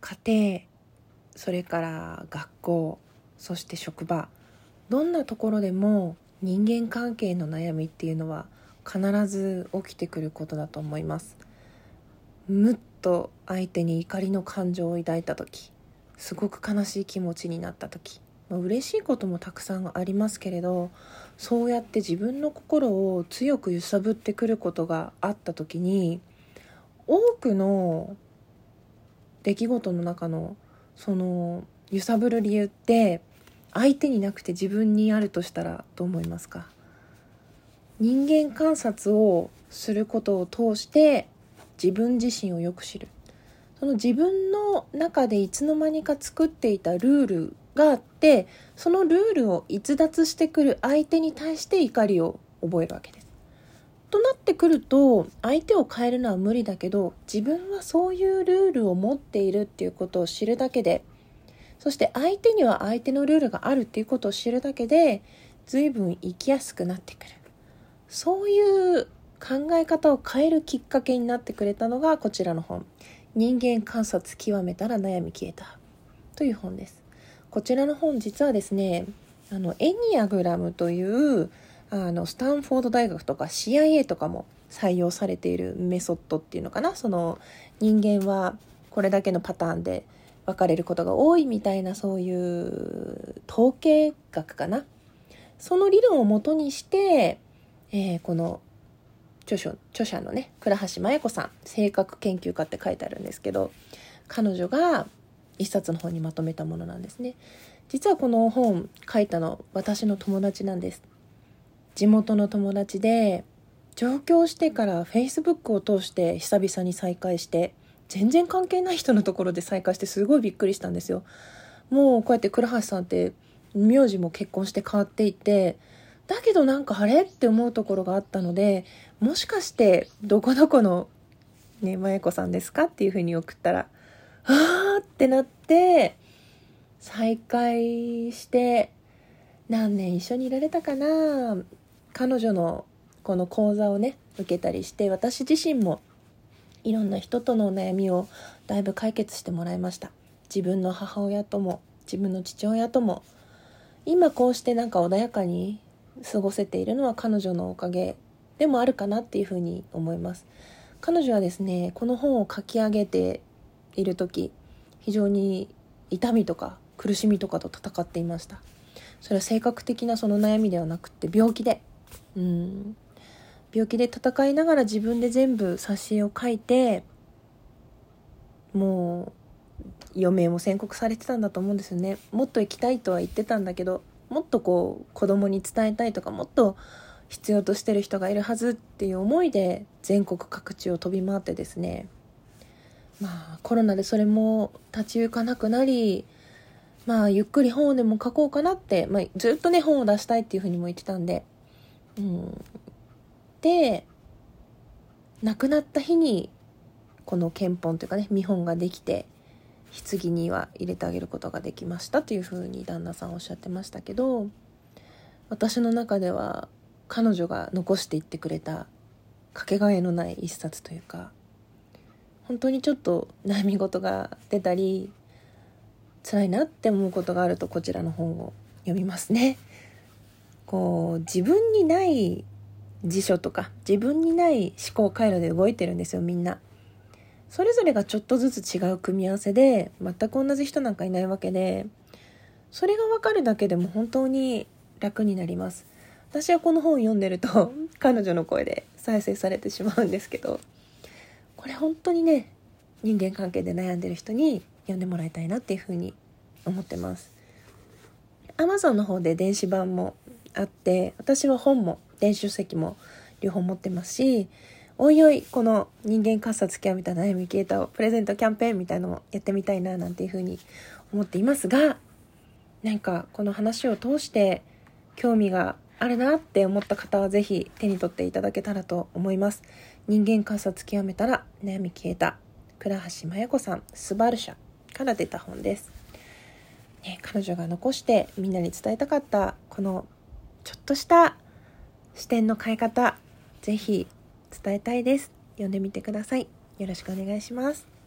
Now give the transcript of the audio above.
家庭、それから学校、そして職場、どんなところでも人間関係の悩みっていうのは必ず起きてくることだと思います。むっと相手に怒りの感情を抱いた時、すごく悲しい気持ちになった時、嬉しいこともたくさんありますけれど、そうやって自分の心を強く揺さぶってくることがあった時に、多くの出来事の中のその揺さぶる理由って相手になくて自分にあるとしたらどう思いますか？人間観察をすることを通して自分自身をよく知る。その自分の中でいつの間にか作っていたルールがあって、そのルールを逸脱してくる相手に対して怒りを覚えるわけです。となってくると、相手を変えるのは無理だけど、自分はそういうルールを持っているっていうことを知るだけで、そして相手には相手のルールがあるっていうことを知るだけで、随分生きやすくなってくる。そういう考え方を変えるきっかけになってくれたのがこちらの本、人間観察極めたら悩み消えたという本です。こちらの本、実はですね、エニアグラムというスタンフォード大学とか CIA とかも採用されているメソッドっていうのかな、その人間はこれだけのパターンで分かれることが多いみたいな、そういう統計学かな、その理論をもとにして、この著者のね、倉橋真也子さん、性格研究家って書いてあるんですけど、彼女が一冊の本にまとめたものなんですね。実はこの本書いたの私の友達なんです。地元の友達で、上京してからFacebook を通して久々に再会して、全然関係ない人のところで再会してすごいびっくりしたんですよ。もうこうやって倉橋さんって名字も結婚して変わっていて、だけどなんかあれって思うところがあったので、もしかしてどこどこのねまやこさんですかっていう風に送ったら、あーってなって再会して、何年一緒にいられたかな。彼女のこの講座をね受けたりして、私自身もいろんな人とのお悩みをだいぶ解決してもらいました。自分の母親とも自分の父親とも。今こうしてなんか穏やかに過ごせているのは彼女のおかげでもあるかなっていうふうに思います。彼女はですね、この本を書き上げている時、非常に痛みとか苦しみとかと戦っていました。それは性格的なその悩みではなくて、病気で戦いながら自分で全部挿絵を描いて、もう余命も宣告されてたんだと思うんですよね。もっと生きたいとは言ってたんだけど、もっとこう子供に伝えたいとか、もっと必要としてる人がいるはずっていう思いで全国各地を飛び回ってですね、コロナでそれも立ち行かなくなり、ゆっくり本でも書こうかなって、ずっとね本を出したいっていうふうにも言ってたんで、で亡くなった日にこの献本というかね、見本ができて、棺には入れてあげることができましたというふうに旦那さんおっしゃってましたけど、私の中では彼女が残していってくれたかけがえのない一冊というか、本当にちょっと悩み事が出たり辛いなって思うことがあると、こちらの本を読みますね。こう自分にない辞書とか自分にない思考回路で動いてるんですよ、みんな。それぞれがちょっとずつ違う組み合わせで、全く同じ人なんかいないわけで、それが分かるだけでも本当に楽になります。私はこの本を読んでると彼女の声で再生されてしまうんですけど、これ本当にね、人間関係で悩んでる人に読んでもらいたいなっていうふうに思ってます。 Amazon の方で電子版もあって、私は本も電子書籍も両方持ってますし、おいおいこの人間観察極めた悩み消えたをプレゼントキャンペーンみたいなのもやってみたいななんていうふうに思っていますが、なんかこの話を通して興味があるなって思った方はぜひ手に取っていただけたらと思います。人間観察極めたら悩み消えた、倉橋真也子さん、スバル社から出た本です、彼女が残してみんなに伝えたかったこのちょっとした視点の変え方、ぜひ伝えたいです。読んでみてください。よろしくお願いします。